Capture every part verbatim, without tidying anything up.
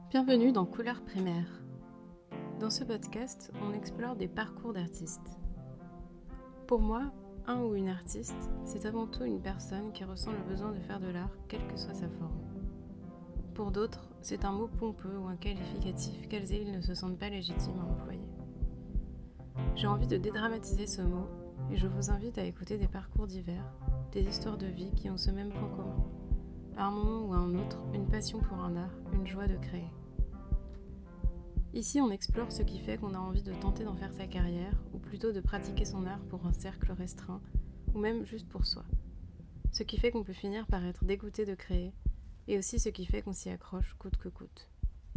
Bienvenue dans Couleurs primaires. Dans ce podcast, on explore des parcours d'artistes. Pour moi, un ou une artiste, c'est avant tout une personne qui ressent le besoin de faire de l'art, quelle que soit sa forme. Pour d'autres, c'est un mot pompeux ou un qualificatif qu'elles et ils ne se sentent pas légitimes à employer. J'ai envie de dédramatiser ce mot et je vous invite à écouter des parcours divers, des histoires de vie qui ont ce même point commun. À un moment ou à un autre, une passion pour un art, une joie de créer. Ici, on explore ce qui fait qu'on a envie de tenter d'en faire sa carrière, ou plutôt de pratiquer son art pour un cercle restreint, ou même juste pour soi. Ce qui fait qu'on peut finir par être dégoûté de créer, et aussi ce qui fait qu'on s'y accroche coûte que coûte.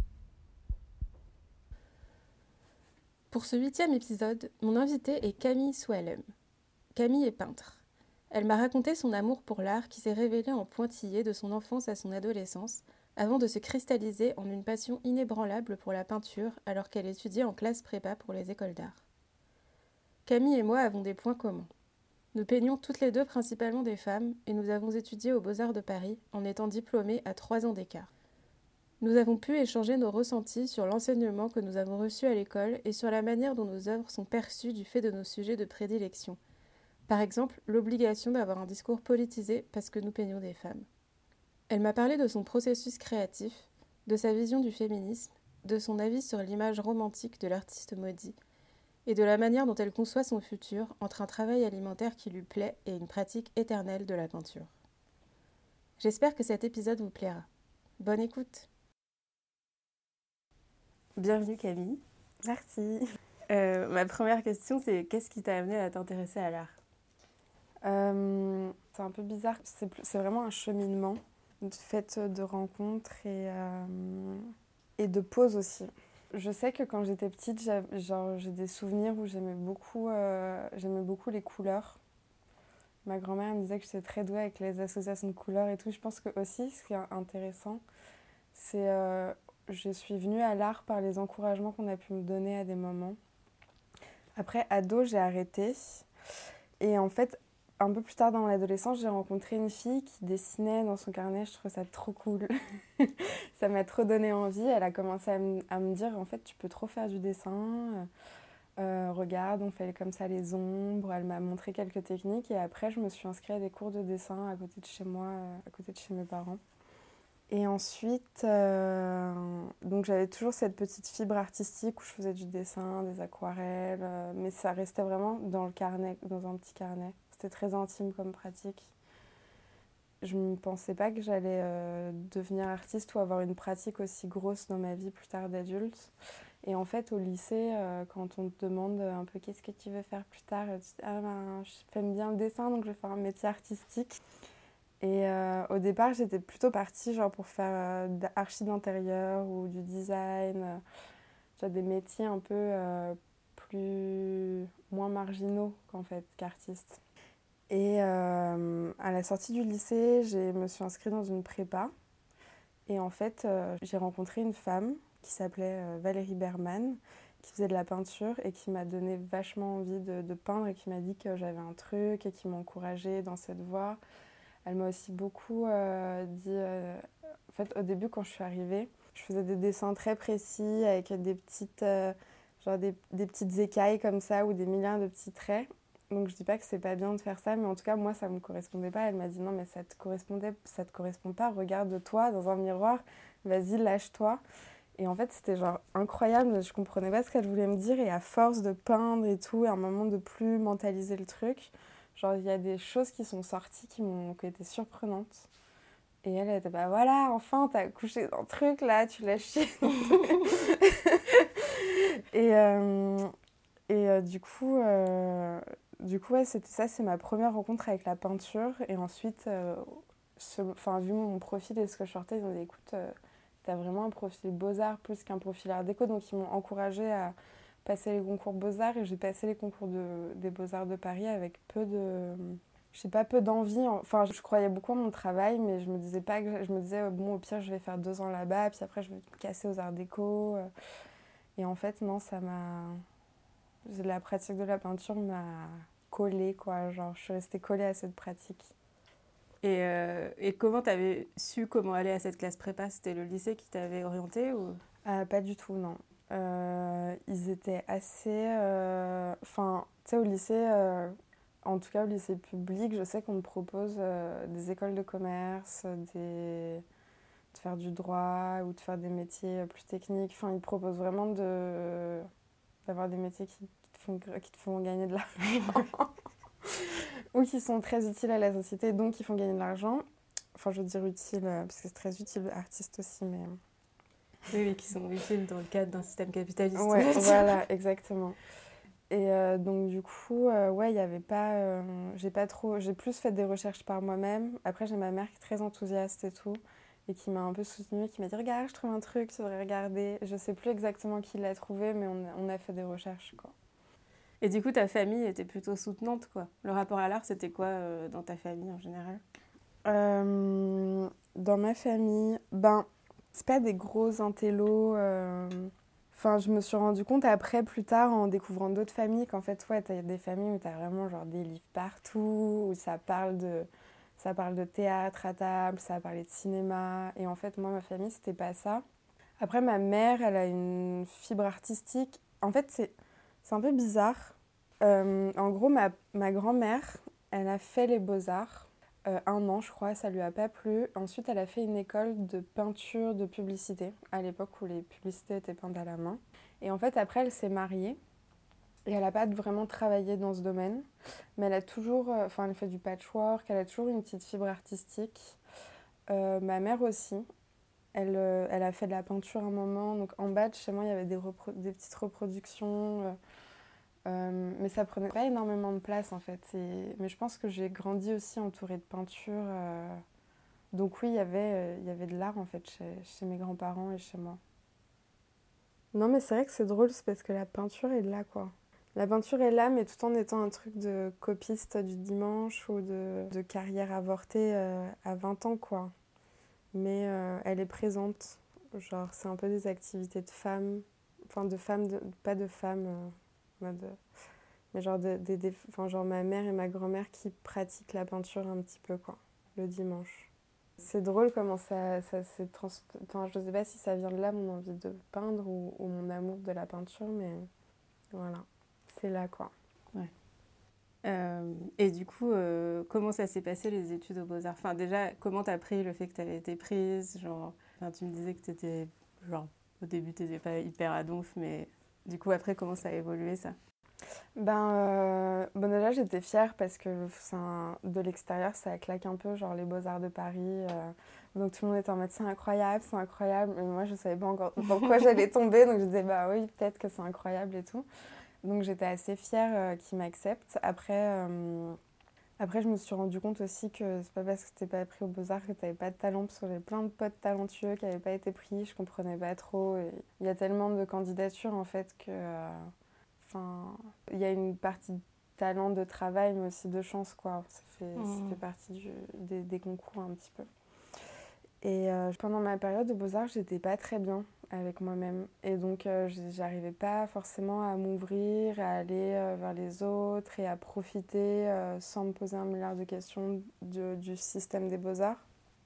Pour ce huitième épisode, mon invitée est Camille Soualem. Camille est peintre. Elle m'a raconté son amour pour l'art qui s'est révélé en pointillé de son enfance à son adolescence, avant de se cristalliser en une passion inébranlable pour la peinture alors qu'elle étudiait en classe prépa pour les écoles d'art. Camille et moi avons des points communs. Nous peignons toutes les deux principalement des femmes et nous avons étudié aux Beaux-Arts de Paris en étant diplômés à trois ans d'écart. Nous avons pu échanger nos ressentis sur l'enseignement que nous avons reçu à l'école et sur la manière dont nos œuvres sont perçues du fait de nos sujets de prédilection. Par exemple, l'obligation d'avoir un discours politisé parce que nous peignons des femmes. Elle m'a parlé de son processus créatif, de sa vision du féminisme, de son avis sur l'image romantique de l'artiste maudit, et de la manière dont elle conçoit son futur entre un travail alimentaire qui lui plaît et une pratique éternelle de la peinture. J'espère que cet épisode vous plaira. Bonne écoute! Bienvenue Camille. Merci. Euh, ma première question, c'est qu'est-ce qui t'a amené à t'intéresser à l'art ? Euh, c'est un peu bizarre, c'est, plus- c'est vraiment un cheminement de fait de rencontres et, euh, et de pauses aussi. Je sais que quand j'étais petite, j'ai, genre, j'ai des souvenirs où j'aimais beaucoup, euh, j'aimais beaucoup les couleurs. Ma grand-mère me disait que j'étais très douée avec les associations de couleurs et tout. Je pense que aussi, ce qui est intéressant, c'est euh, je suis venue à l'art par les encouragements qu'on a pu me donner à des moments. Après, ado, j'ai arrêté. Et en fait, un peu plus tard dans l'adolescence, j'ai rencontré une fille qui dessinait dans son carnet. Je trouvais ça trop cool. Ça m'a trop donné envie. Elle a commencé à me, à me dire, en fait, tu peux trop faire du dessin. Euh, regarde, on fait comme ça les ombres. Elle m'a montré quelques techniques. Et après, je me suis inscrite à des cours de dessin à côté de chez moi, euh, à côté de chez mes parents. Et ensuite, euh, donc j'avais toujours cette petite fibre artistique où je faisais du dessin, des aquarelles, euh, mais ça restait vraiment dans le carnet, dans un petit carnet. C'était très intime comme pratique. Je ne pensais pas que j'allais euh, devenir artiste ou avoir une pratique aussi grosse dans ma vie plus tard d'adulte. Et en fait, au lycée, euh, quand on te demande un peu qu'est-ce que tu veux faire plus tard, tu dis ah ben, j'aime bien le dessin, donc je vais faire un métier artistique. Et euh, au départ, j'étais plutôt partie genre pour faire euh, de l'archi d'intérieur ou du design, euh, tu vois, des métiers un peu euh, plus moins marginaux qu'en fait qu'artiste. Et euh, à la sortie du lycée, je me suis inscrite dans une prépa. Et en fait, euh, j'ai rencontré une femme qui s'appelait euh, Valérie Berman, qui faisait de la peinture et qui m'a donné vachement envie de, de peindre et qui m'a dit que j'avais un truc et qui m'a encouragée dans cette voie. Elle m'a aussi beaucoup euh, dit... Euh, en fait, au début, quand je suis arrivée, je faisais des dessins très précis avec des petites, euh, genre des, des petites écailles comme ça ou des milliards de petits traits. Donc, je dis pas que c'est pas bien de faire ça, mais en tout cas, moi, ça me correspondait pas. Elle m'a dit non, mais ça te correspondait, ça te correspond pas. Regarde-toi dans un miroir, vas-y, lâche-toi. Et en fait, c'était genre incroyable. Je comprenais pas ce qu'elle voulait me dire. Et à force de peindre et tout, et à un moment de plus mentaliser le truc, genre, il y a des choses qui sont sorties qui m'ont qui étaient surprenantes. Et elle, elle était bah voilà, enfin, t'as couché dans le truc là, tu l'as chié. et euh, et euh, du coup, euh, du coup ouais, c'était ça, c'est ma première rencontre avec la peinture. Et ensuite, euh, ce, vu mon profil et ce que je sortais, ils ont dit écoute, euh, t'as vraiment un profil beaux-arts plus qu'un profil art déco. Donc ils m'ont encouragée à passer les concours beaux-arts et j'ai passé les concours de, des beaux-arts de Paris avec peu de... Je sais pas, peu d'envie. Enfin, je croyais beaucoup à mon travail, mais je me disais pas que je me disais bon, au pire, je vais faire deux ans là-bas, puis après, je vais me casser aux arts déco. Et en fait, non, ça m'a. La pratique de la peinture m'a collée, quoi. Genre, je suis restée collée à cette pratique. Et, euh, et comment tu avais su comment aller à cette classe prépa? C'était le lycée qui t'avait orienté ou... Euh, pas du tout, non. Euh, ils étaient assez... Enfin, tu sais, au lycée, euh, en tout cas au lycée public, je sais qu'on me propose euh, des écoles de commerce, des... de faire du droit ou de faire des métiers plus techniques. Enfin, ils proposent vraiment de... d'avoir des métiers qui, qui, te font, qui te font gagner de l'argent ou qui sont très utiles à la société, donc qui font gagner de l'argent. Enfin, je veux dire utile, parce que c'est très utile, artiste aussi, mais... Oui, oui, qui sont utiles dans le cadre d'un système capitaliste. Ouais, voilà, exactement. Et euh, donc du coup, euh, ouais, il y avait pas, euh, j'ai pas trop, j'ai plus fait des recherches par moi-même. Après, j'ai ma mère qui est très enthousiaste et tout, et qui m'a un peu soutenue, qui m'a dit regarde, je trouve un truc, tu devrais regarder. Je sais plus exactement qui l'a trouvé, mais on a, on a fait des recherches, quoi. Et du coup, ta famille était plutôt soutenante, quoi. Le rapport à l'art, c'était quoi euh, dans ta famille en général? Euh, dans ma famille, ben, c'est pas des gros intellos. euh, Enfin, je me suis rendu compte après, plus tard, en découvrant d'autres familles, qu'en fait, ouais, t'as des familles où t'as vraiment genre des livres partout, où ça parle de, ça parle de théâtre à table, ça parlait de cinéma. Et en fait, moi, ma famille, c'était pas ça. Après, ma mère, elle a une fibre artistique. En fait, c'est, c'est un peu bizarre. Euh, en gros, ma, ma grand-mère, elle a fait les beaux-arts. Euh, un an, je crois, ça lui a pas plu. Ensuite, elle a fait une école de peinture de publicité, à l'époque où les publicités étaient peintes à la main. Et en fait, après, elle s'est mariée. Et elle n'a pas vraiment travaillé dans ce domaine. Mais elle a toujours... euh, Enfin, elle fait du patchwork. Elle a toujours une petite fibre artistique. Euh, ma mère aussi. Elle, euh, elle a fait de la peinture un moment. Donc, en bas de chez moi, il y avait des, repro- des petites reproductions... euh, euh, mais ça prenait pas énormément de place en fait. Et... Mais je pense que j'ai grandi aussi entourée de peinture. euh, Donc oui, il y avait, euh, il y avait de l'art en fait chez, chez mes grands-parents et chez moi. Non mais c'est vrai que c'est drôle, c'est parce que la peinture est là quoi. La peinture est là, mais tout en étant un truc de copiste du dimanche ou de, de carrière avortée euh, à vingt ans quoi. Mais euh, elle est présente. Genre c'est un peu des activités de femmes. Enfin de femmes, de, pas de femmes... euh, mode, mais genre, de, de, de, enfin, genre ma mère et ma grand-mère qui pratiquent la peinture un petit peu, quoi, le dimanche. C'est drôle comment ça, ça s'est trans... Enfin, je sais pas si ça vient de là, mon envie de peindre ou, ou mon amour de la peinture, mais voilà, c'est là, quoi. Ouais. Euh, et du coup, euh, comment ça s'est passé les études aux Beaux-Arts? Enfin, déjà, comment t'as pris le fait que t'avais été prise? Genre, enfin, tu me disais que t'étais, genre, au début, t'étais pas hyper à donf, mais du coup, après, comment ça a évolué, ça? Ben, euh, bon, déjà, j'étais fière parce que un, de l'extérieur, ça claque un peu, genre les Beaux-Arts de Paris. Euh, donc tout le monde était en mode c'est incroyable, c'est incroyable. Mais moi, je savais pas encore dans quoi j'allais tomber, donc je disais bah oui, peut-être que c'est incroyable et tout. Donc j'étais assez fière euh, qu'ils m'acceptent. Après, euh, après, je me suis rendu compte aussi que c'est pas parce que t'es pas pris aux Beaux-Arts que t'avais pas de talent, parce que j'avais plein de potes talentueux qui avaient pas été pris, je comprenais pas trop. Et il y a tellement de candidatures en fait que. Euh, Enfin, il y a une partie de talent, de travail, mais aussi de chance, quoi. Ça fait, mmh. ça fait partie du, des, des concours un petit peu. Et euh, pendant ma période de Beaux-Arts, j'étais pas très bien avec moi-même. Et donc, euh, j'arrivais pas forcément à m'ouvrir, à aller euh, vers les autres et à profiter euh, sans me poser un milliard de questions de, du système des Beaux-Arts.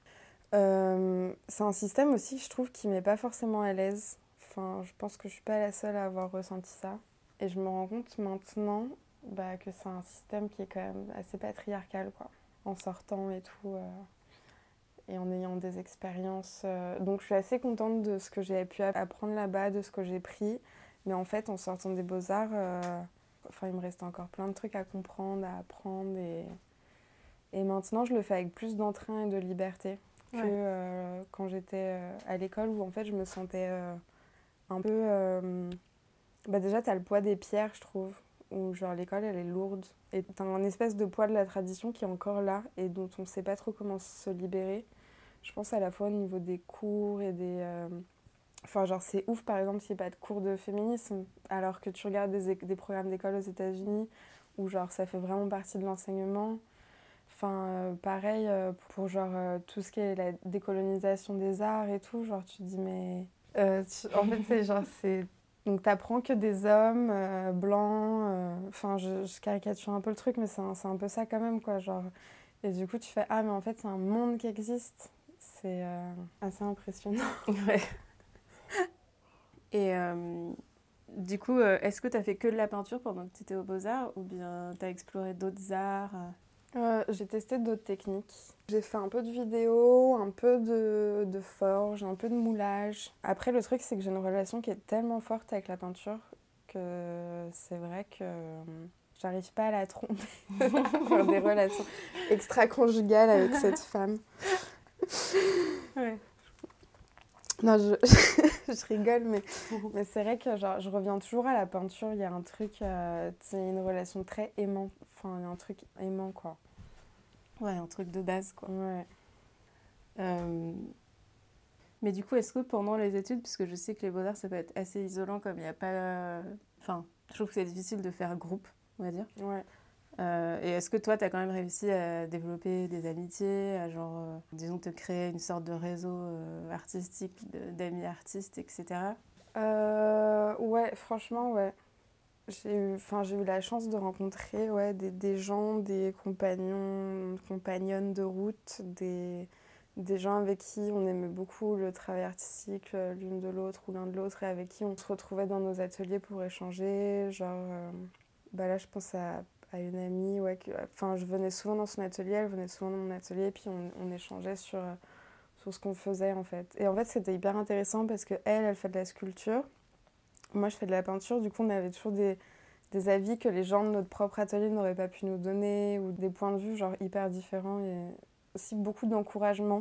Euh, c'est un système aussi, je trouve, qui met pas forcément à l'aise. Enfin, je pense que je suis pas la seule à avoir ressenti ça. Et je me rends compte maintenant bah, que c'est un système qui est quand même assez patriarcal, quoi. En sortant et tout, euh, et en ayant des expériences. Euh, donc je suis assez contente de ce que j'ai pu apprendre là-bas, de ce que j'ai pris. Mais en fait, en sortant des Beaux-Arts, euh, enfin, il me reste encore plein de trucs à comprendre, à apprendre. Et, et maintenant, je le fais avec plus d'entrain et de liberté que ouais. euh, quand j'étais euh, à l'école où en fait, je me sentais euh, un peu... Euh, Bah déjà, t'as le poids des pierres, je trouve, où genre l'école, elle est lourde. Et t'as un espèce de poids de la tradition qui est encore là et dont on ne sait pas trop comment se libérer. Je pense à la fois au niveau des cours et des... Euh... Enfin, genre, c'est ouf, par exemple, s'il n'y a pas de cours de féminisme, alors que tu regardes des, des programmes d'école aux États-Unis où, genre, ça fait vraiment partie de l'enseignement. Enfin, euh, pareil, euh, pour, genre, euh, tout ce qui est la décolonisation des arts et tout, genre, tu te dis, mais... Euh, tu... En fait, c'est genre, c'est... Donc t'apprends que des hommes euh, blancs, enfin euh, je, je caricature un peu le truc, mais c'est un, c'est un peu ça quand même, quoi. Genre, Et du coup, tu fais « Ah, mais en fait, c'est un monde qui existe ». C'est euh, assez impressionnant. Ouais. Et euh, du coup, euh, est-ce que tu as fait que de la peinture pendant que tu étais aux Beaux-Arts ou bien tu as exploré d'autres arts? euh, J'ai testé d'autres techniques. J'ai fait un peu de vidéo, un peu de, de forge, un peu de moulage. Après, le truc, c'est que j'ai une relation qui est tellement forte avec la peinture que c'est vrai que j'arrive pas à la tromper. Faire des relations extra-conjugales avec cette femme. Ouais. Non, je, je rigole, mais, mais c'est vrai que genre, je reviens toujours à la peinture. Il y a un truc, euh, c'est une relation très aimant. Enfin, il y a un truc aimant, quoi. Ouais, un truc de base, quoi. Ouais. Euh, Mais du coup, est-ce que pendant les études, puisque je sais que les beaux-arts, ça peut être assez isolant, comme il n'y a pas... Enfin, je trouve que c'est difficile de faire groupe, on va dire. Ouais. Euh, et est-ce que toi, tu as quand même réussi à développer des amitiés, à genre, euh, disons, te créer une sorte de réseau euh, artistique, de- d'amis artistes, et cetera. Euh, ouais, franchement, ouais. J'ai eu, enfin, j'ai eu la chance de rencontrer ouais, des, des gens, des compagnons, compagnonnes de route, des, des gens avec qui on aimait beaucoup le travail artistique l'une de l'autre ou l'un de l'autre et avec qui on se retrouvait dans nos ateliers pour échanger. Genre, euh, bah là, je pense à, à une amie, ouais, que, enfin, je venais souvent dans son atelier, elle venait souvent dans mon atelier, puis on, on échangeait sur, sur ce qu'on faisait en fait. Et en fait, c'était hyper intéressant parce que elle, elle fait de la sculpture. Moi, je fais de la peinture, du coup, on avait toujours des, des avis que les gens de notre propre atelier n'auraient pas pu nous donner, ou des points de vue genre hyper différents, et aussi beaucoup d'encouragement.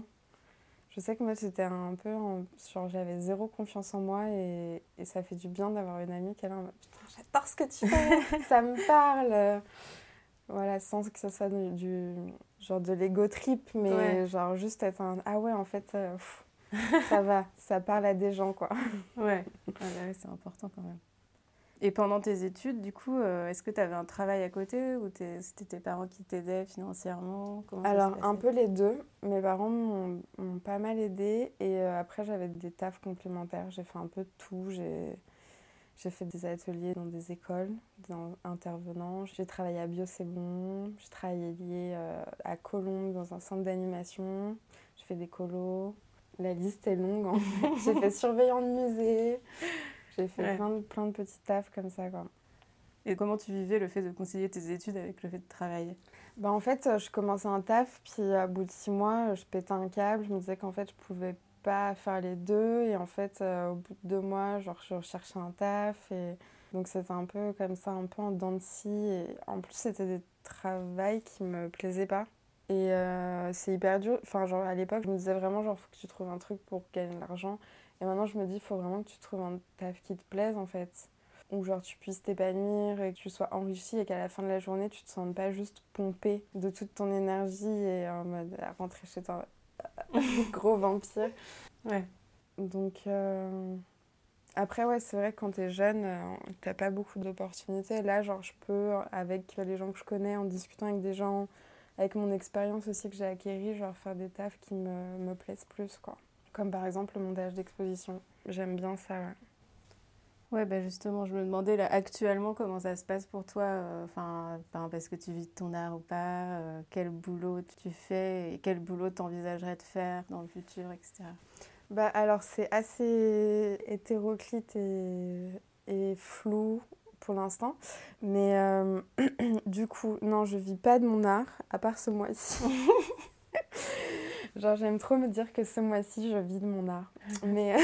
Je sais que moi, j'étais un peu, en, genre, j'avais zéro confiance en moi, et, et ça fait du bien d'avoir une amie qui est là en mode, putain, j'adore ce que tu fais, ça me parle. Voilà, sans que ce soit du, du genre de l'ego trip, mais Ouais. genre juste être un, ah ouais, en fait, euh, pff, ça va, ça parle à des gens, quoi. Ouais, ouais, bah ouais, c'est important quand même. Et pendant tes études, du coup, euh, est-ce que tu avais un travail à côté ou t'es- c'était tes parents qui t'aidaient financièrement? Comment ça se Alors, un passait? peu les deux. Mes parents m'ont m'ont pas mal aidée. Et euh, après, j'avais des tafs complémentaires. J'ai fait un peu de tout. J'ai j'ai fait des ateliers dans des écoles, dans intervenants. J'ai travaillé à Bio C'est Bon. J'ai travaillé euh, à Colombes dans un centre d'animation. J'ai fait des colos. La liste est longue, en fait. J'ai fait surveillant de musée. J'ai fait Ouais. plein de, plein de petits tafs comme ça, quoi. Et comment tu vivais le fait de concilier tes études avec le fait de travailler? Bah en fait, je commençais un taf, puis à bout de six mois, je pétais un câble. Je me disais qu'en fait, je pouvais pas faire les deux. Et en fait, euh, au bout de deux mois, genre, je recherchais un taf. Et donc, c'était un peu comme ça, un peu en dents de scie. Et en plus, c'était des travails qui me plaisaient pas. Et euh, c'est hyper dur. Enfin, genre, à l'époque, je me disais vraiment, genre, faut que tu trouves un truc pour gagner de l'argent. Et maintenant, je me dis, faut vraiment que tu trouves un taf qui te plaise, en fait. Où genre tu puisses t'épanouir et que tu sois enrichi et qu'à la fin de la journée tu te sentes pas juste pompé de toute ton énergie et en mode à rentrer chez toi gros vampire. Ouais. Donc euh... après ouais c'est vrai que quand t'es jeune euh, t'as pas beaucoup d'opportunités. Là genre je peux avec les gens que je connais en discutant avec des gens, avec mon expérience aussi que j'ai acquérie, genre faire des tafs qui me, me plaisent plus quoi. Comme par exemple le montage d'exposition. J'aime bien ça ouais. Ouais, bah justement, je me demandais là actuellement comment ça se passe pour toi, euh, enfin, enfin, parce que tu vis de ton art ou pas, euh, quel boulot tu fais et quel boulot t'envisagerais de faire dans le futur, et cetera. Bah alors c'est assez hétéroclite et, et flou pour l'instant, mais euh, du coup non je vis pas de mon art à part ce mois-ci. Genre j'aime trop me dire que ce mois-ci je vis de mon art, mais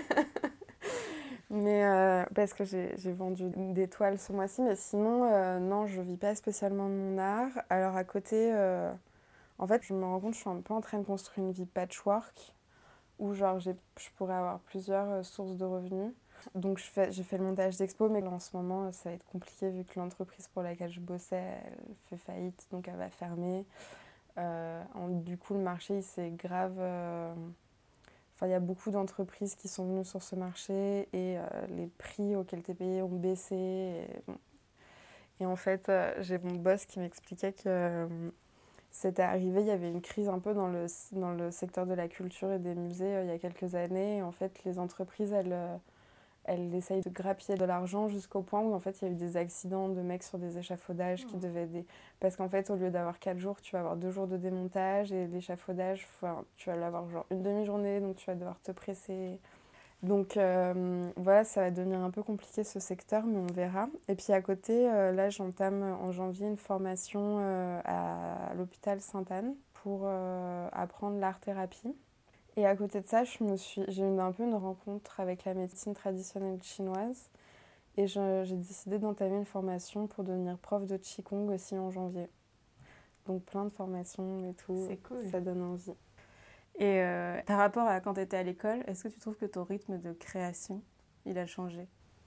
mais euh, parce que j'ai, j'ai vendu des toiles ce mois-ci, mais sinon euh, non je vis pas spécialement de mon art. Alors à côté, euh, en fait je me rends compte que je suis un peu en train de construire une vie patchwork où genre j'ai, je pourrais avoir plusieurs euh, sources de revenus. Donc je fais, j'ai fait le montage d'expo, mais en ce moment ça va être compliqué vu que l'entreprise pour laquelle je bossais, elle fait faillite, donc elle va fermer. Euh, en, du coup le marché il s'est grave... Euh... Enfin il y a beaucoup d'entreprises qui sont venues sur ce marché et euh, les prix auxquels tu es payé ont baissé. Et, bon. Et en fait euh, j'ai mon boss qui m'expliquait que... Euh, c'était arrivé, il y avait une crise un peu dans le, dans le secteur de la culture et des musées euh, il y a quelques années. Et en fait, les entreprises, elles, euh, elle essaye de grappiller de l'argent jusqu'au point où en fait il y a eu des accidents de mecs sur des échafaudages qui devaient... Des... Parce qu'en fait au lieu d'avoir quatre jours, tu vas avoir deux jours de démontage et l'échafaudage, enfin, tu vas l'avoir genre une demi-journée, donc tu vas devoir te presser. Donc euh, voilà, ça va devenir un peu compliqué ce secteur, mais on verra. Et puis à côté, euh, là j'entame en janvier une formation euh, à l'hôpital Sainte-Anne pour euh, apprendre l'art-thérapie. Et à côté de ça, je me suis, j'ai eu un peu une rencontre avec la médecine traditionnelle chinoise et je, j'ai décidé d'entamer une formation pour devenir prof de Qigong aussi en janvier. Donc plein de formations et tout, c'est cool. Ça donne envie. Et euh, par rapport à quand tu étais à l'école, est-ce que tu trouves que ton rythme de création, il a changé ?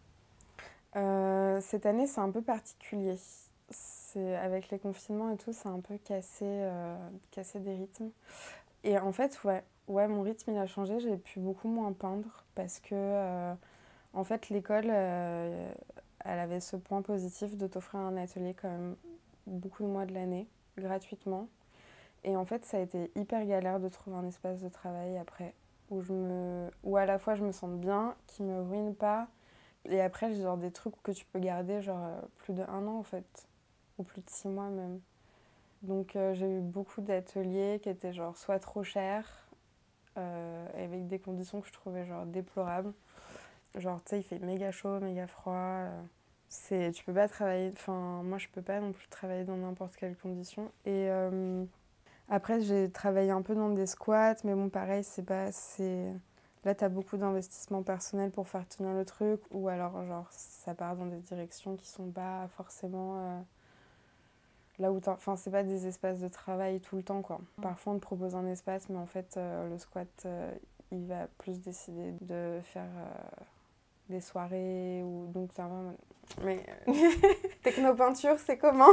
euh, Cette année, c'est un peu particulier. C'est, avec les confinements et tout, c'est un peu cassé, euh, cassé des rythmes. Et en fait, ouais, ouais, mon rythme, il a changé. J'ai pu beaucoup moins peindre parce que, euh, en fait, l'école, euh, elle avait ce point positif de t'offrir un atelier quand même beaucoup de mois de l'année, gratuitement. Et en fait, ça a été hyper galère de trouver un espace de travail après, où, je me... où à la fois je me sente bien, qui me ruine pas. Et après, j'ai genre des trucs que tu peux garder genre plus de un an en fait, ou plus de six mois même. Donc euh, j'ai eu beaucoup d'ateliers qui étaient genre soit trop chers, euh, avec des conditions que je trouvais genre déplorables. Genre tu sais, il fait méga chaud, méga froid. Euh, c'est... Tu peux pas travailler, enfin moi je peux pas non plus travailler dans n'importe quelles conditions. Et euh, après j'ai travaillé un peu dans des squats, mais bon pareil, c'est pas... C'est... Là, tu as beaucoup d'investissements personnels pour faire tenir le truc, ou alors, genre, ça part dans des directions qui sont pas forcément euh, là où... Enfin, c'est pas des espaces de travail tout le temps, quoi. Parfois, on te propose un espace, mais en fait, euh, le squat, euh, il va plus décider de faire euh, des soirées, ou... Donc, c'est vraiment... Mais euh, technopeinture, c'est comment?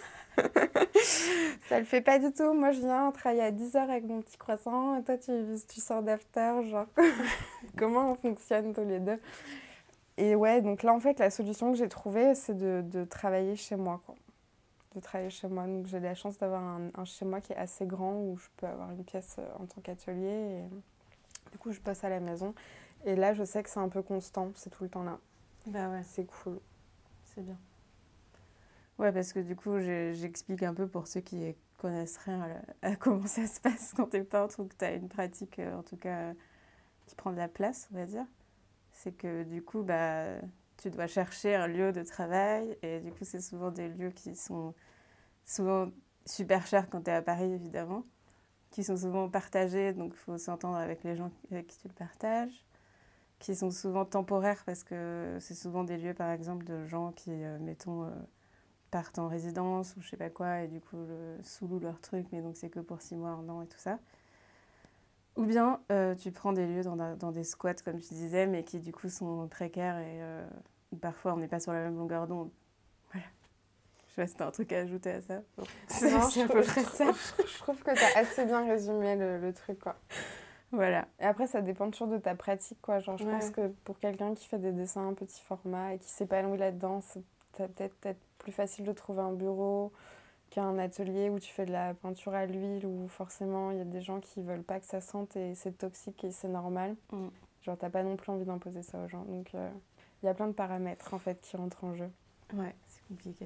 Ça le fait pas du tout. Moi, je viens travailler à dix heures avec mon petit croissant. Et toi, tu, tu sors d'after. Genre, comment on fonctionne tous les deux? Et ouais, donc là, en fait, la solution que j'ai trouvée, c'est de, de travailler chez moi, quoi. De travailler chez moi. Donc, j'ai la chance d'avoir un, un chez moi qui est assez grand où je peux avoir une pièce en tant qu'atelier. Et du coup, je bosse à la maison. Et là, je sais que c'est un peu constant. C'est tout le temps là. Bah ouais. C'est cool. C'est bien. Ouais, parce que du coup, j'ai, j'explique un peu pour ceux qui connaissent rien à, la, à comment ça se passe quand t'es peintre ou que t'as une pratique, euh, en tout cas, euh, qui prend de la place, on va dire. C'est que du coup, bah, tu dois chercher un lieu de travail et du coup, c'est souvent des lieux qui sont souvent super chers quand t'es à Paris, évidemment, qui sont souvent partagés, donc il faut s'entendre avec les gens avec qui tu le partages, qui sont souvent temporaires parce que c'est souvent des lieux, par exemple, de gens qui, euh, mettons... Euh, partent en résidence ou je sais pas quoi et du coup le, sous-louent leur truc mais donc c'est que pour six mois, un an et tout ça. Ou bien euh, tu prends des lieux dans, dans des squats comme tu disais mais qui du coup sont précaires et euh, parfois on n'est pas sur la même longueur d'onde. Voilà. Je sais pas si t'as un truc à ajouter à ça. Bon. C'est, non, c'est je, à peu je, près ça. Je, je trouve que t'as assez bien résumé le, le truc, quoi. Voilà. Et après, ça dépend toujours de ta pratique, quoi. Genre, je ouais. pense que pour quelqu'un qui fait des dessins en petit format et qui s'épanouit là-dedans, c'est peut-être, peut-être plus facile de trouver un bureau qu'un atelier où tu fais de la peinture à l'huile, où forcément, il y a des gens qui veulent pas que ça sente et c'est toxique et c'est normal. Mm. Genre, t'as pas non plus envie d'imposer ça aux gens. Donc, il euh, y a plein de paramètres, en fait, qui rentrent en jeu. Ouais, c'est compliqué.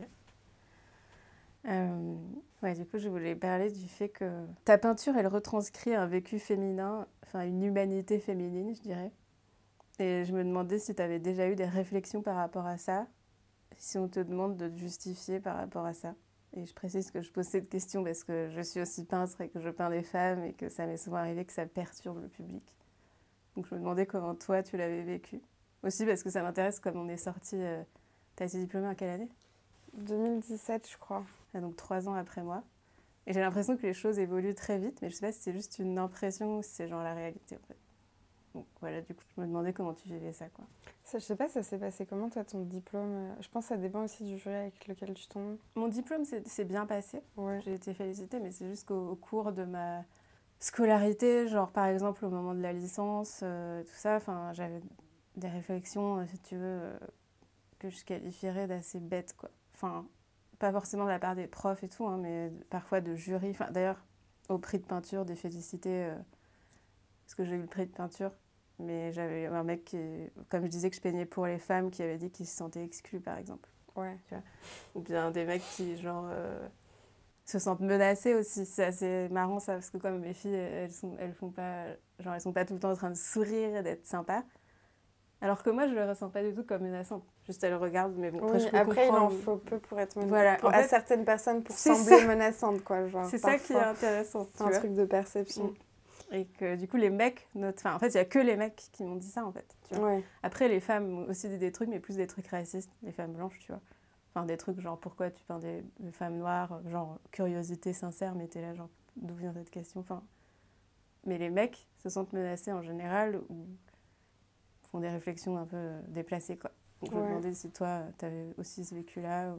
Euh, ouais, du coup, je voulais parler du fait que ta peinture, elle retranscrit un vécu féminin, enfin une humanité féminine, je dirais. Et je me demandais si tu avais déjà eu des réflexions par rapport à ça, si on te demande de te justifier par rapport à ça. Et je précise que je pose cette question parce que je suis aussi peintre et que je peins des femmes et que ça m'est souvent arrivé que ça perturbe le public. Donc je me demandais comment toi tu l'avais vécu. Aussi parce que ça m'intéresse comme on est sorti... Euh, t'as été diplômée en quelle année ? deux mille dix-sept, je crois. Ah, donc trois ans après moi. Et j'ai l'impression que les choses évoluent très vite, mais je sais pas si c'est juste une impression ou si c'est genre la réalité en fait. Donc voilà, du coup, je me demandais comment tu vivais ça, quoi. Ça, je sais pas, ça s'est passé comment, toi, ton diplôme ? Je pense que ça dépend aussi du jury avec lequel tu tombes. Mon diplôme c'est, c'est bien passé. Ouais. J'ai été félicitée, mais c'est juste qu'au au cours de ma scolarité, genre par exemple au moment de la licence, euh, tout ça, enfin, j'avais des réflexions, euh, si tu veux, euh, que je qualifierais d'assez bêtes, quoi. Enfin, pas forcément de la part des profs et tout, hein, mais parfois de jury. Enfin, d'ailleurs, au prix de peinture, des félicités, euh, parce que j'ai eu le prix de peinture. mais j'avais un mec qui, comme je disais que je peignais pour les femmes, qui avait dit qu'il se sentait exclu, par exemple. Ouais. Tu vois. Ou bien des mecs qui, genre, euh, se sentent menacés aussi. C'est assez marrant, ça, parce que comme mes filles, elles sont, elles font pas, genre, elles sont pas tout le temps en train de sourire et d'être sympas. Alors que moi, je le ressens pas du tout comme menaçante. Juste, elles regardent, mais bon, Oui, après, je peux après, comprendre. il en faut peu pour être menaçante. Voilà. Pour, En à fait, certaines personnes, pour c'est sembler ça. menaçante, quoi. Genre, c'est ça qui est parfois. intéressant. C'est un vois. truc de perception. Mm. Et que du coup, les mecs, notre... enfin, en fait, il n'y a que les mecs qui m'ont dit ça, en fait. Tu vois. Ouais. Après, les femmes ont aussi dit des trucs, mais plus des trucs racistes, les femmes blanches, tu vois. Enfin, des trucs genre, pourquoi tu peins des, des femmes noires, genre, curiosité sincère, mais t'es là, genre, d'où vient cette question, enfin... Mais les mecs se sentent menacés en général, ou font des réflexions un peu déplacées, quoi. Donc, je me Ouais. demandais si toi, t'avais aussi ce vécu-là, ou...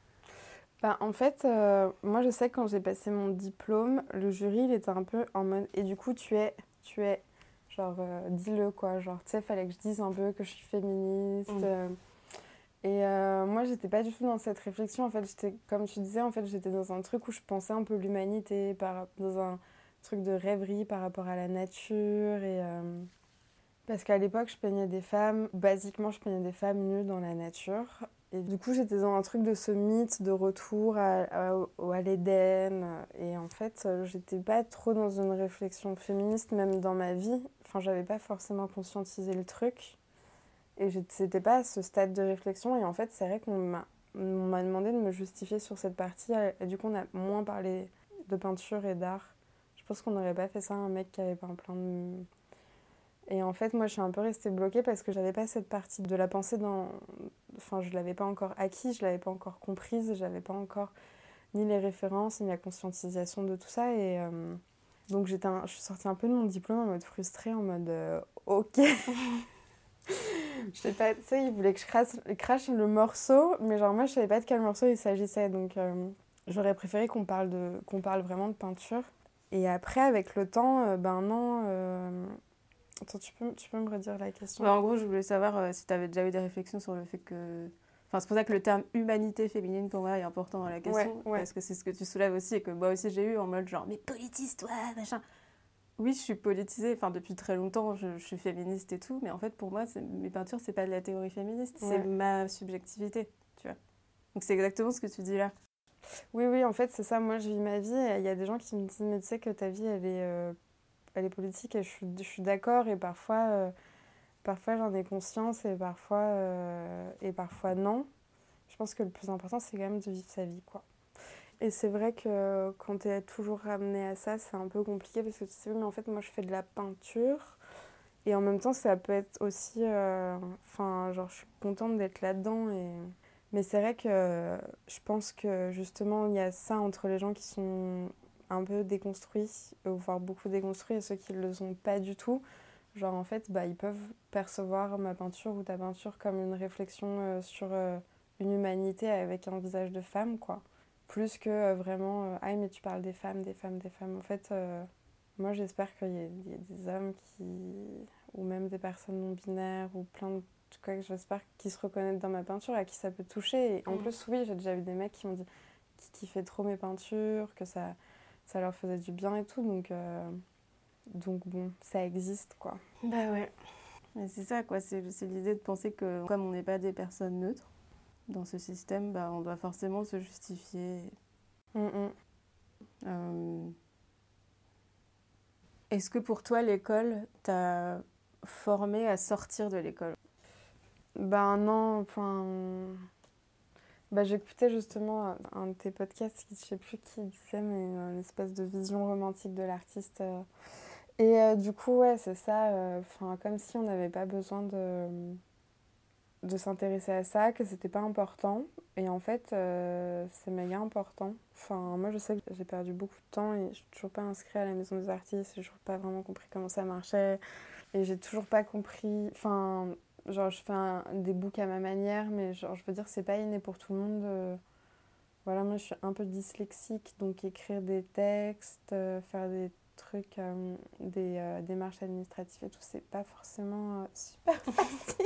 Bah, en fait, euh, moi, je sais que quand j'ai passé mon diplôme, le jury, il était un peu en mode... Et du coup, tu es... Tu es genre, euh, dis-le, quoi. Genre, tu sais, fallait que je dise un peu que je suis féministe. Mm. euh, Et euh, moi, j'étais pas du tout dans cette réflexion. En fait, j'étais, comme tu disais, en fait, j'étais dans un truc où je pensais un peu l'humanité, par, dans un truc de rêverie par rapport à la nature. Et, euh, parce qu'à l'époque, je peignais des femmes, basiquement, je peignais des femmes nues dans la nature. Et du coup, j'étais dans un truc de ce mythe de retour à, à, à l'Éden. Et en fait, j'étais pas trop dans une réflexion féministe, même dans ma vie. Enfin, j'avais pas forcément conscientisé le truc. Et c'était pas à ce stade de réflexion. Et en fait, c'est vrai qu'on m'a, on m'a demandé de me justifier sur cette partie. Et du coup, on a moins parlé de peinture et d'art. Je pense qu'on n'aurait pas fait ça à un mec qui avait peint plein de... Et en fait, moi, je suis un peu restée bloquée parce que j'avais pas cette partie de la pensée dans... Enfin, je l'avais pas encore acquis, je l'avais pas encore comprise, j'avais pas encore ni les références, ni la conscientisation de tout ça. Et euh... donc, j'étais un... je suis sortie un peu de mon diplôme en mode frustrée, en mode euh, ok. Je sais pas, tu sais, il voulait que je crache, crache le morceau, mais genre moi, je savais pas de quel morceau il s'agissait. Donc, euh, j'aurais préféré qu'on parle, de... qu'on parle vraiment de peinture. Et après, avec le temps, euh, ben non... Euh... Attends, tu peux, tu peux me redire la question? Ouais, en gros, je voulais savoir euh, si tu avais déjà eu des réflexions sur le fait que... Enfin, c'est pour ça que le terme humanité féminine, pour moi, est important dans la question. Ouais, ouais. Parce que c'est ce que tu soulèves aussi et que moi aussi j'ai eu en mode genre, mais politise-toi, machin. Oui, je suis politisée. Enfin, depuis très longtemps, je, je suis féministe et tout. Mais en fait, pour moi, c'est, mes peintures, c'est pas de la théorie féministe. Ouais. C'est ma subjectivité, tu vois. Donc, c'est exactement ce que tu dis là. Oui, oui, en fait, c'est ça. Moi, je vis ma vie. Il y a des gens qui me disent, mais tu sais que ta vie, elle est, euh, elle est politique. Et je suis, je suis d'accord. Et parfois, euh, parfois j'en ai conscience. Et parfois, euh, et parfois, non. Je pense que le plus important, c'est quand même de vivre sa vie, quoi. Et c'est vrai que quand tu es toujours ramené à ça, c'est un peu compliqué. Parce que tu sais, mais en fait, moi, je fais de la peinture. Et en même temps, ça peut être aussi... Enfin, euh, genre, je suis contente d'être là-dedans. Et... Mais c'est vrai que euh, je pense que justement, il y a ça entre les gens qui sont un peu déconstruits, voire beaucoup déconstruits, et ceux qui ne le sont pas du tout. Genre, en fait, bah, ils peuvent percevoir ma peinture ou ta peinture comme une réflexion euh, sur euh, une humanité avec un visage de femme, quoi. Plus que euh, vraiment, euh, ah, mais tu parles des femmes, des femmes, des femmes. En fait, euh, moi, j'espère qu'il y a, il y a des hommes qui... ou même des personnes non-binaires, ou plein de... En tout cas, j'espère qu'ils se reconnaissent dans ma peinture, à qui ça peut toucher. Et en mmh. plus, oui, j'ai déjà eu des mecs qui m'ont dit qu'ils kiffaient trop mes peintures, que ça, ça leur faisait du bien et tout. Donc, euh, donc bon, ça existe, quoi. Bah ouais. Mais c'est ça, quoi. C'est, c'est l'idée de penser que, comme on n'est pas des personnes neutres dans ce système, bah, on doit forcément se justifier. Mmh. Euh... Est-ce que pour toi, l'école t'a formé à sortir de l'école? Ben non, enfin... Bah, j'écoutais justement un de tes podcasts, qui, je sais plus qui disait, mais une espèce de vision romantique de l'artiste. Et euh, du coup, ouais, c'est ça, euh, comme si on n'avait pas besoin de, de s'intéresser à ça, que c'était pas important. Et en fait, euh, c'est méga important. Enfin, moi, je sais que j'ai perdu beaucoup de temps et je suis toujours pas inscrite à la maison des artistes, j'ai toujours pas vraiment compris comment ça marchait. Et j'ai toujours pas compris... Enfin, genre, je fais un, des books à ma manière, mais genre, je veux dire, c'est pas inné pour tout le monde. Euh, voilà, moi, je suis un peu dyslexique, donc écrire des textes, euh, faire des trucs, euh, des euh, démarches administratives et tout, c'est pas forcément euh, super facile.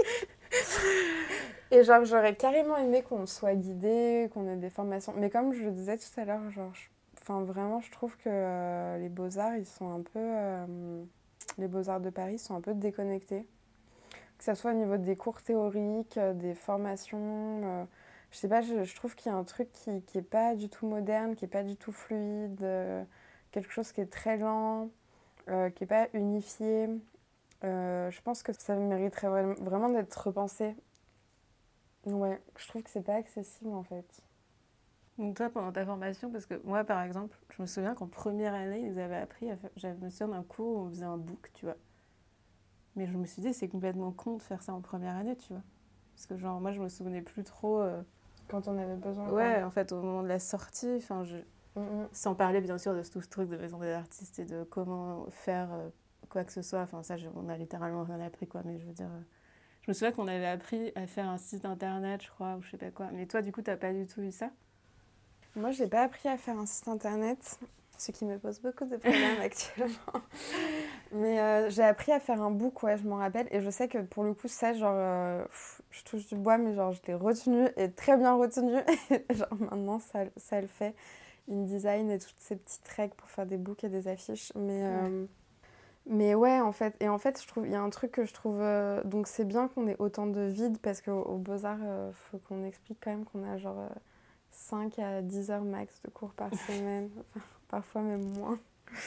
Et genre, j'aurais carrément aimé qu'on soit guidé, qu'on ait des formations. Mais comme je le disais tout à l'heure, genre, je, enfin, vraiment, je trouve que euh, les beaux-arts, ils sont un peu... Euh, les Beaux-Arts de Paris sont un peu déconnectés. Que ce soit au niveau des cours théoriques, des formations. Euh, je sais pas, je, je trouve qu'il y a un truc qui n'est pas du tout moderne, qui n'est pas du tout fluide, euh, quelque chose qui est très lent, euh, qui n'est pas unifié. Euh, je pense que ça mériterait vraiment d'être repensé. Ouais, je trouve que c'est pas accessible en fait. Donc toi, pendant ta formation, parce que moi, par exemple, je me souviens qu'en première année, ils avaient appris à faire... Je me souviens d'un cours où on faisait un book, tu vois. Mais je me suis dit, c'est complètement con de faire ça en première année, tu vois. Parce que genre, moi, je me souvenais plus trop... Euh... Quand on avait besoin. Ouais, quoi. En fait, au moment de la sortie, enfin, je... Mm-hmm. Sans parler, bien sûr, de tout ce truc de maison des artistes et de comment faire euh, quoi que ce soit. Enfin, ça, je... on a littéralement rien appris, quoi. Mais je veux dire... Euh... Je me souviens qu'on avait appris à faire un site internet, je crois, ou je sais pas quoi. Mais toi, du coup, t'as pas du tout eu ça ? Moi, j'ai pas appris à faire un site internet, ce qui me pose beaucoup de problèmes actuellement. Mais euh, j'ai appris à faire un book, ouais, je m'en rappelle. Et je sais que pour le coup, ça, genre, euh, pff, je touche du bois, mais genre, je l'ai retenu et très bien retenu. Et genre, maintenant, ça, ça le fait. InDesign et toutes ces petites règles pour faire des books et des affiches. Mais, euh, ouais. mais ouais, en fait. Et en fait, je trouve, il y a un truc que je trouve. Euh, donc, c'est bien qu'on ait autant de vide parce qu'au au Beaux-Arts, il euh, faut qu'on explique quand même qu'on a genre euh, cinq à dix heures max de cours par semaine. Parfois même moins.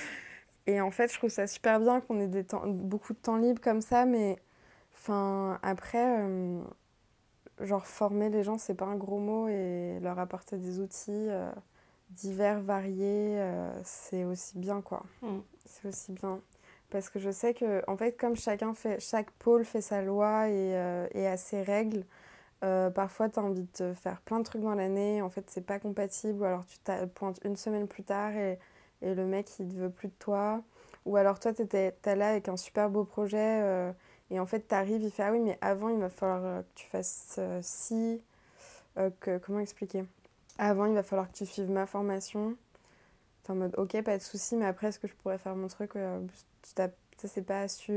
Et en fait, je trouve ça super bien qu'on ait des temps, beaucoup de temps libre comme ça, mais enfin, après, euh, genre former les gens, c'est pas un gros mot, et leur apporter des outils euh, divers, variés, euh, c'est aussi bien, quoi. Mm. C'est aussi bien. Parce que je sais que, en fait, comme chacun fait, chaque pôle fait sa loi et, euh, et a ses règles, euh, parfois, tu as envie de faire plein de trucs dans l'année, en fait, c'est pas compatible, ou alors tu te pointes une semaine plus tard et, et le mec, il ne veut plus de toi. Ou alors toi, tu es là avec un super beau projet euh, et en fait, tu arrives, il fait « Ah oui, mais avant, il va falloir euh, que tu fasses euh, ci. Euh, que, » Comment expliquer ? Avant, il va falloir que tu suives ma formation. Tu es en mode « Ok, pas de souci, mais après, est-ce que je pourrais faire mon truc euh, Ça, c'est pas sûr. »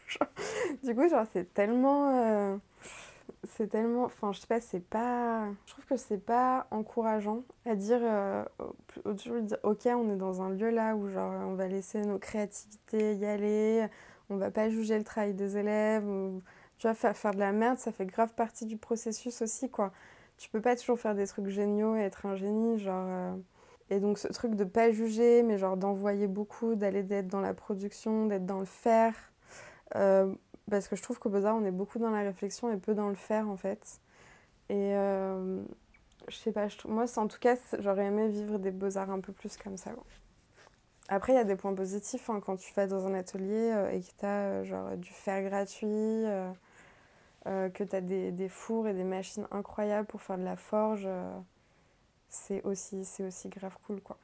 Du coup, genre, c'est tellement... Euh, c'est tellement... Enfin, je sais pas, c'est pas... Je trouve que c'est pas encourageant à dire... Euh, toujours dire, ok, on est dans un lieu là où, genre, on va laisser nos créativités y aller, on va pas juger le travail des élèves, ou, tu vois, faire, faire de la merde, ça fait grave partie du processus aussi, quoi. Tu peux pas toujours faire des trucs géniaux et être un génie, genre... Euh... Et donc, ce truc de pas juger, mais genre d'envoyer beaucoup, d'aller d'être dans la production, d'être dans le faire... Euh, parce que je trouve qu'au Beaux-Arts, on est beaucoup dans la réflexion et peu dans le faire, en fait. Et euh, je sais pas, je trouve, moi, en tout cas, j'aurais aimé vivre des Beaux-Arts un peu plus comme ça. Bon. Après, il y a des points positifs hein, quand tu vas dans un atelier euh, et que tu as euh, genre, du fer gratuit, euh, euh, que tu as des, des fours et des machines incroyables pour faire de la forge. Euh, c'est aussi, c'est aussi grave cool, quoi.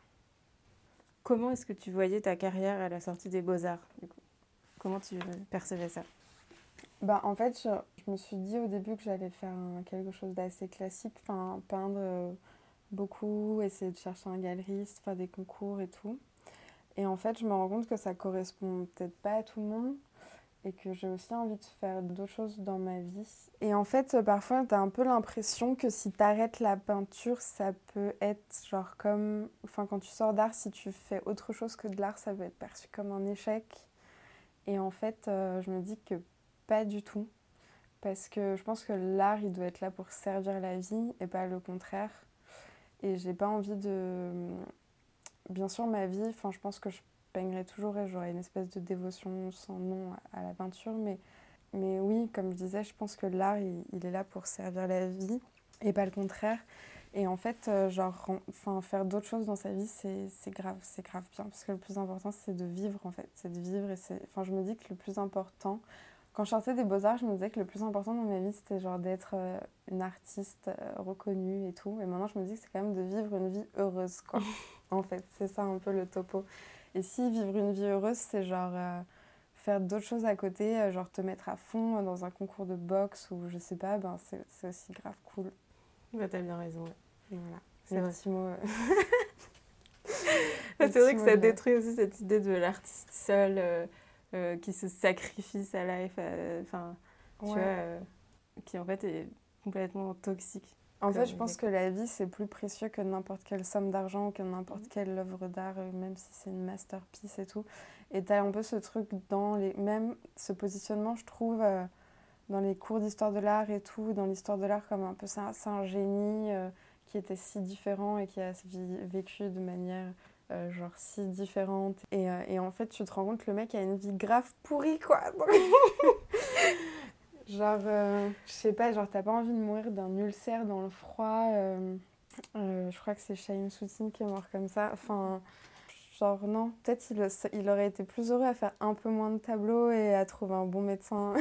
Comment est-ce que tu voyais ta carrière à la sortie des Beaux-Arts, du coup ? Comment tu percevais ça ? Bah, en fait, je, je me suis dit au début que j'allais faire un, quelque chose d'assez classique, enfin, peindre euh, beaucoup, essayer de chercher un galeriste, faire des concours et tout. Et en fait, je me rends compte que ça correspond peut-être pas à tout le monde et que j'ai aussi envie de faire d'autres choses dans ma vie. Et en fait, parfois, t'as un peu l'impression que si t'arrêtes la peinture, ça peut être genre comme... Enfin, quand tu sors d'art, si tu fais autre chose que de l'art, ça peut être perçu comme un échec. Et en fait, euh, je me dis que pas du tout. Parce que je pense que l'art, il doit être là pour servir la vie et pas le contraire. Et j'ai pas envie de... Bien sûr, ma vie, enfin, je pense que je peignerai toujours et j'aurai une espèce de dévotion sans nom à la peinture. Mais, mais oui, comme je disais, je pense que l'art, il, il est là pour servir la vie et pas le contraire. Et en fait, euh, genre, enfin, faire d'autres choses dans sa vie, c'est, c'est grave, c'est grave bien. Parce que le plus important, c'est de vivre, en fait. C'est de vivre et c'est... Enfin, je me dis que le plus important... Quand je sortais des Beaux-Arts, je me disais que le plus important dans ma vie, c'était genre d'être euh, une artiste euh, reconnue et tout. Et maintenant, je me dis que c'est quand même de vivre une vie heureuse, quoi. En fait, c'est ça un peu le topo. Et si vivre une vie heureuse, c'est genre euh, faire d'autres choses à côté, euh, genre te mettre à fond dans un concours de boxe ou je sais pas, ben c'est, c'est aussi grave cool. Bah, t'as bien raison, ouais. Et voilà, c'est le petit mot. Euh... c'est vrai que ça détruit aussi cette idée de l'artiste seul. Euh... Euh, qui se sacrifie sa life, enfin, euh, tu ouais. vois, euh, qui en fait est complètement toxique. En fait, je pense que la vie, c'est plus précieux que n'importe quelle somme d'argent ou que n'importe mmh. quelle œuvre d'art, même si c'est une masterpiece et tout. Et t'as un peu ce truc dans les... Même ce positionnement, je trouve, euh, dans les cours d'histoire de l'art et tout, dans l'histoire de l'art comme un peu c'est un, c'est un génie euh, qui était si différent et qui a vécu de manière euh, genre si différente. Et, euh, et en fait, tu te rends compte que le mec a une vie grave pourrie, quoi. Genre, euh, je sais pas, genre t'as pas envie de mourir d'un ulcère dans le froid. Euh, euh, je crois que c'est Shahin Soutine qui est mort comme ça. Enfin, genre non, peut-être il, il aurait été plus heureux à faire un peu moins de tableaux et à trouver un bon médecin.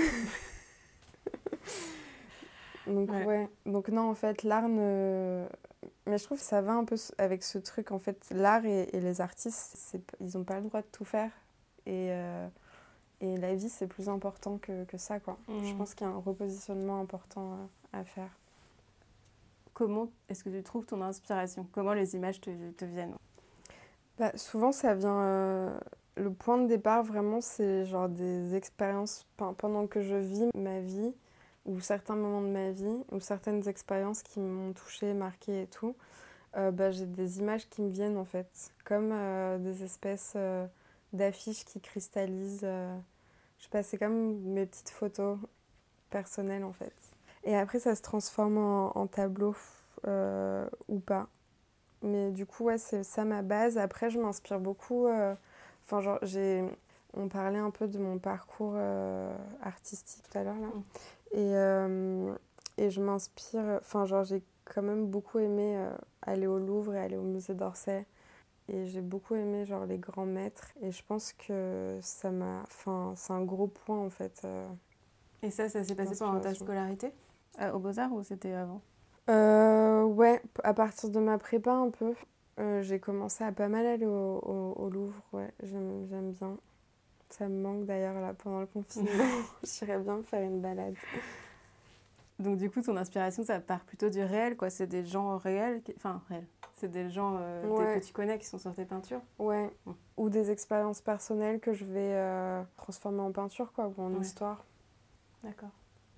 Donc ouais. ouais, donc non en fait l'art ne... Mais je trouve que ça va un peu avec ce truc en fait, l'art et, et les artistes, c'est, ils ont pas le droit de tout faire. Et... Euh, Et la vie, c'est plus important que, que ça, quoi. Mmh. Je pense qu'il y a un repositionnement important à, à faire. Comment est-ce que tu trouves ton inspiration ? Comment les images te, te viennent ? Bah, souvent, ça vient... Euh, le point de départ, vraiment, c'est genre des expériences pendant que je vis ma vie, ou certains moments de ma vie, ou certaines expériences qui m'ont touchée, marquée et tout. Euh, bah, j'ai des images qui me viennent, en fait. Comme euh, des espèces euh, d'affiches qui cristallisent... Euh, Je sais pas, c'est comme mes petites photos personnelles en fait. Et après, ça se transforme en, en tableau euh, ou pas. Mais du coup, ouais, c'est ça ma base. Après, je m'inspire beaucoup. Euh, enfin, genre, j'ai... On parlait un peu de mon parcours euh, artistique tout à l'heure, là. Mm. Et, euh, et je m'inspire... Enfin, genre, j'ai quand même beaucoup aimé euh, aller au Louvre et aller au musée d'Orsay. Et j'ai beaucoup aimé genre les grands maîtres et je pense que ça m'a, enfin c'est un gros point en fait. Euh, et ça, ça s'est passé pendant ta scolarité euh, aux Beaux-Arts ou c'était avant ? euh, Ouais, à partir de ma prépa un peu. Euh, j'ai commencé à pas mal aller au, au, au Louvre, ouais, j'aime, j'aime bien. Ça me manque d'ailleurs là pendant le confinement. J'irais bien me faire une balade. Donc du coup, ton inspiration, ça part plutôt du réel, quoi. C'est des gens réels, qui... enfin réels. C'est des gens euh, ouais. des, que tu connais qui sont sur tes peintures. Ouais. Mmh. Ou des expériences personnelles que je vais euh, transformer en peinture, quoi, ou en ouais. histoire. D'accord.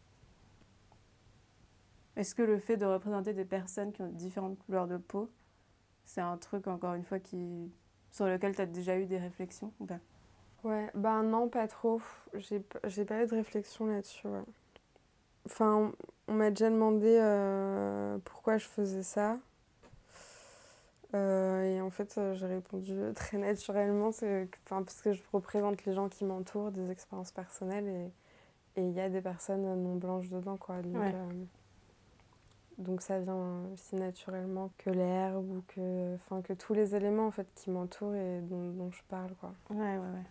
Est-ce que le fait de représenter des personnes qui ont différentes couleurs de peau, c'est un truc, encore une fois, qui... sur lequel tu as déjà eu des réflexions ou pas ? Ouais, ben non, pas trop. J'ai, j'ai pas eu de réflexion là-dessus, ouais. Enfin, on m'a déjà demandé euh, pourquoi je faisais ça. Euh, et en fait, euh, j'ai répondu très naturellement, c'est que, parce que je représente les gens qui m'entourent, des expériences personnelles, et il y a des personnes non blanches dedans, quoi. Donc, ouais. euh, donc ça vient aussi naturellement que l'herbe ou que, enfin, que tous les éléments en fait, qui m'entourent et dont, dont je parle, quoi. Ouais, ouais, ouais.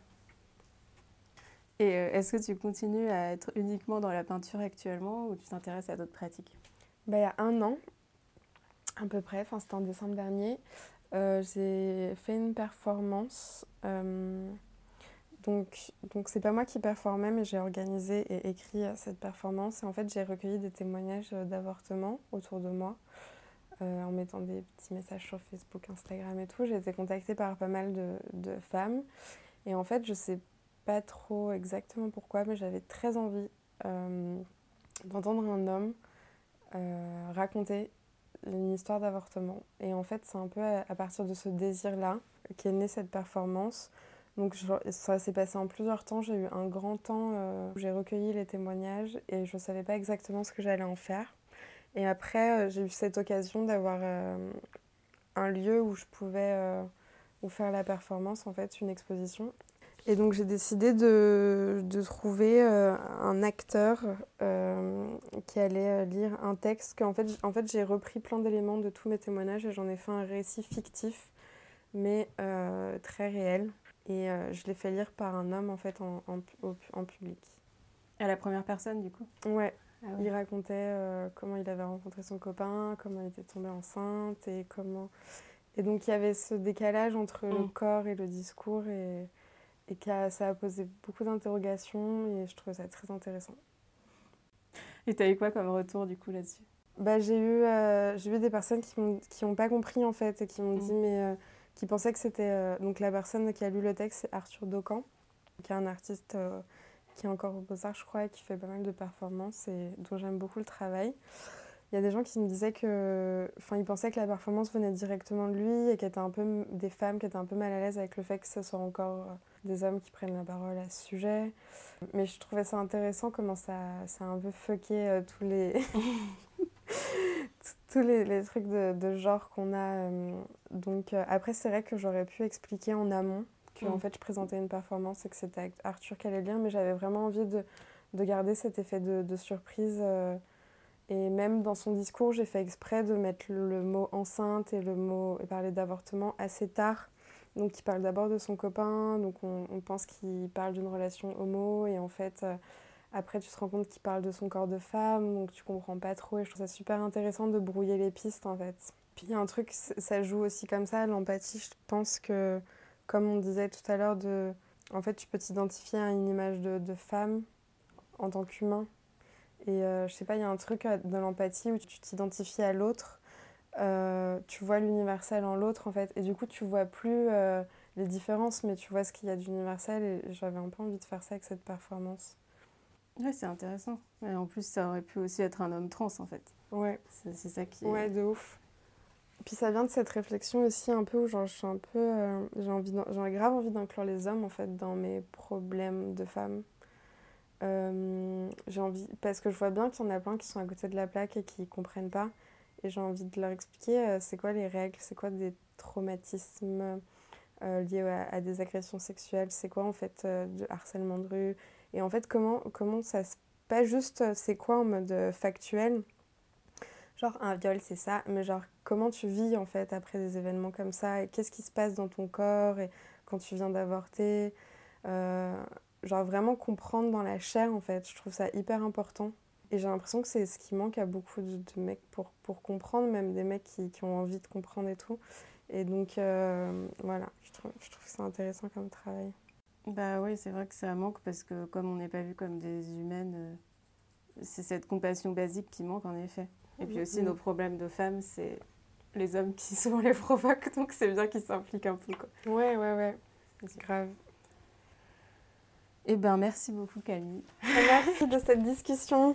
Et euh, est-ce que tu continues à être uniquement dans la peinture actuellement ou tu t'intéresses à d'autres pratiques ? Bah, il y a un an, à peu près, enfin, c'était en décembre dernier, euh, j'ai fait une performance. Euh, donc, donc, c'est pas moi qui performais, mais j'ai organisé et écrit cette performance. Et en fait, j'ai recueilli des témoignages d'avortement autour de moi, euh, en mettant des petits messages sur Facebook, Instagram et tout. J'ai été contactée par pas mal de, de femmes. Et en fait, je sais pas trop exactement pourquoi, mais j'avais très envie euh, d'entendre un homme euh, raconter une histoire d'avortement. Et en fait, c'est un peu à, à partir de ce désir-là qu'est née cette performance. Donc je, ça s'est passé en plusieurs temps. J'ai eu un grand temps euh, où j'ai recueilli les témoignages et je ne savais pas exactement ce que j'allais en faire. Et après, euh, j'ai eu cette occasion d'avoir euh, un lieu où je pouvais euh, où faire la performance, en fait, une exposition. Et donc j'ai décidé de, de trouver euh, un acteur euh, qui allait lire un texte qu'en fait, en fait j'ai repris plein d'éléments de tous mes témoignages et j'en ai fait un récit fictif mais euh, très réel et euh, je l'ai fait lire par un homme en fait en, en, en public. À la première personne du coup ? Ouais, ah ouais. Il racontait euh, comment il avait rencontré son copain, comment il était tombé enceinte et comment... Et donc il y avait ce décalage entre mmh. le corps et le discours et... et que ça a posé beaucoup d'interrogations et je trouvais ça très intéressant. Et tu as eu quoi comme retour du coup là-dessus ? Bah, j'ai eu, euh, j'ai eu des personnes qui m'ont, qui n'ont pas compris en fait et qui m'ont mmh. dit, mais euh, qui pensaient que c'était... Euh, donc la personne qui a lu le texte, c'est Arthur Daucan, qui est un artiste euh, qui est encore aux Beaux-Arts je crois et qui fait pas mal de performances et dont j'aime beaucoup le travail. Il y a des gens qui me disaient que... Enfin, ils pensaient que la performance venait directement de lui et qu'il y était un peu des femmes qui étaient un peu mal à l'aise avec le fait que ce soit encore des hommes qui prennent la parole à ce sujet. Mais je trouvais ça intéressant comment ça, ça a un peu fucké euh, tous les... tous les, les trucs de, de genre qu'on a. Euh, donc euh, après, c'est vrai que j'aurais pu expliquer en amont que mm. en fait, je présentais une performance et que c'était avec Arthur qui allait le lire, mais j'avais vraiment envie de, de garder cet effet de, de surprise. Euh, et même dans son discours, j'ai fait exprès de mettre le, le mot enceinte et le mot et parler d'avortement assez tard. Donc il parle d'abord de son copain, donc on, on pense qu'il parle d'une relation homo, et en fait... Euh, Après, tu te rends compte qu'il parle de son corps de femme, donc tu comprends pas trop. Et je trouve ça super intéressant de brouiller les pistes, en fait. Puis il y a un truc, ça joue aussi comme ça, l'empathie. Je pense que, comme on disait tout à l'heure, de... en fait, tu peux t'identifier à une image de, de femme en tant qu'humain. Et euh, je sais pas, il y a un truc de l'empathie où tu t'identifies à l'autre. Euh, tu vois l'universel en l'autre, en fait. Et du coup, tu vois plus euh, les différences, mais tu vois ce qu'il y a d'universel. Et j'avais un peu envie de faire ça avec cette performance. Ouais, c'est intéressant. Et en plus, ça aurait pu aussi être un homme trans, en fait. Ouais. C'est, c'est ça qui est... Ouais, de ouf. Puis ça vient de cette réflexion aussi un peu où genre, je suis un peu... Euh, j'ai, envie j'ai grave envie d'inclure les hommes, en fait, dans mes problèmes de femmes. Euh, j'ai envie... Parce que je vois bien qu'il y en a plein qui sont à côté de la plaque et qui comprennent pas. Et j'ai envie de leur expliquer euh, c'est quoi les règles, c'est quoi des traumatismes euh, liés à, à des agressions sexuelles, c'est quoi, en fait, euh, du harcèlement de rue. Et en fait, comment, comment ça se... Pas juste c'est quoi en mode factuel, genre un viol c'est ça, mais genre comment tu vis en fait après des événements comme ça, et qu'est-ce qui se passe dans ton corps et quand tu viens d'avorter, euh, genre vraiment comprendre dans la chair en fait, je trouve ça hyper important. Et j'ai l'impression que c'est ce qui manque à beaucoup de, de mecs pour, pour comprendre, même des mecs qui, qui ont envie de comprendre et tout. Et donc euh, voilà, je trouve, je trouve que c'est intéressant comme travail. Bah oui, c'est vrai que ça manque parce que comme on n'est pas vu comme des humaines, euh, c'est cette compassion basique qui manque en effet. Et puis aussi, mmh. nos problèmes de femmes, c'est les hommes qui souvent les provoquent, donc c'est bien qu'ils s'impliquent un peu, quoi. Ouais, ouais, ouais, c'est grave. Eh bien, merci beaucoup, Camille. Merci de cette discussion.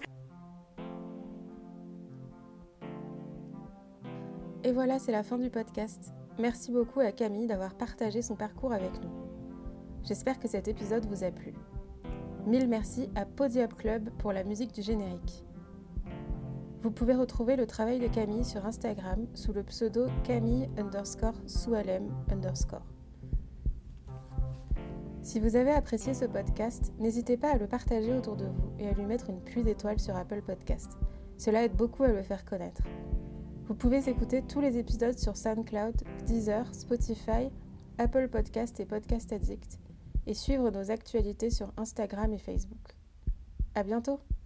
Et voilà, c'est la fin du podcast. Merci beaucoup à Camille d'avoir partagé son parcours avec nous. J'espère que cet épisode vous a plu. Mille merci à Podium Club pour la musique du générique. Vous pouvez retrouver le travail de Camille sur Instagram sous le pseudo Camille underscore Soualem underscore. Si vous avez apprécié ce podcast, n'hésitez pas à le partager autour de vous et à lui mettre une pluie d'étoiles sur Apple Podcast. Cela aide beaucoup à le faire connaître. Vous pouvez écouter tous les épisodes sur SoundCloud, Deezer, Spotify, Apple Podcast et Podcast Addict, et suivre nos actualités sur Instagram et Facebook. À bientôt!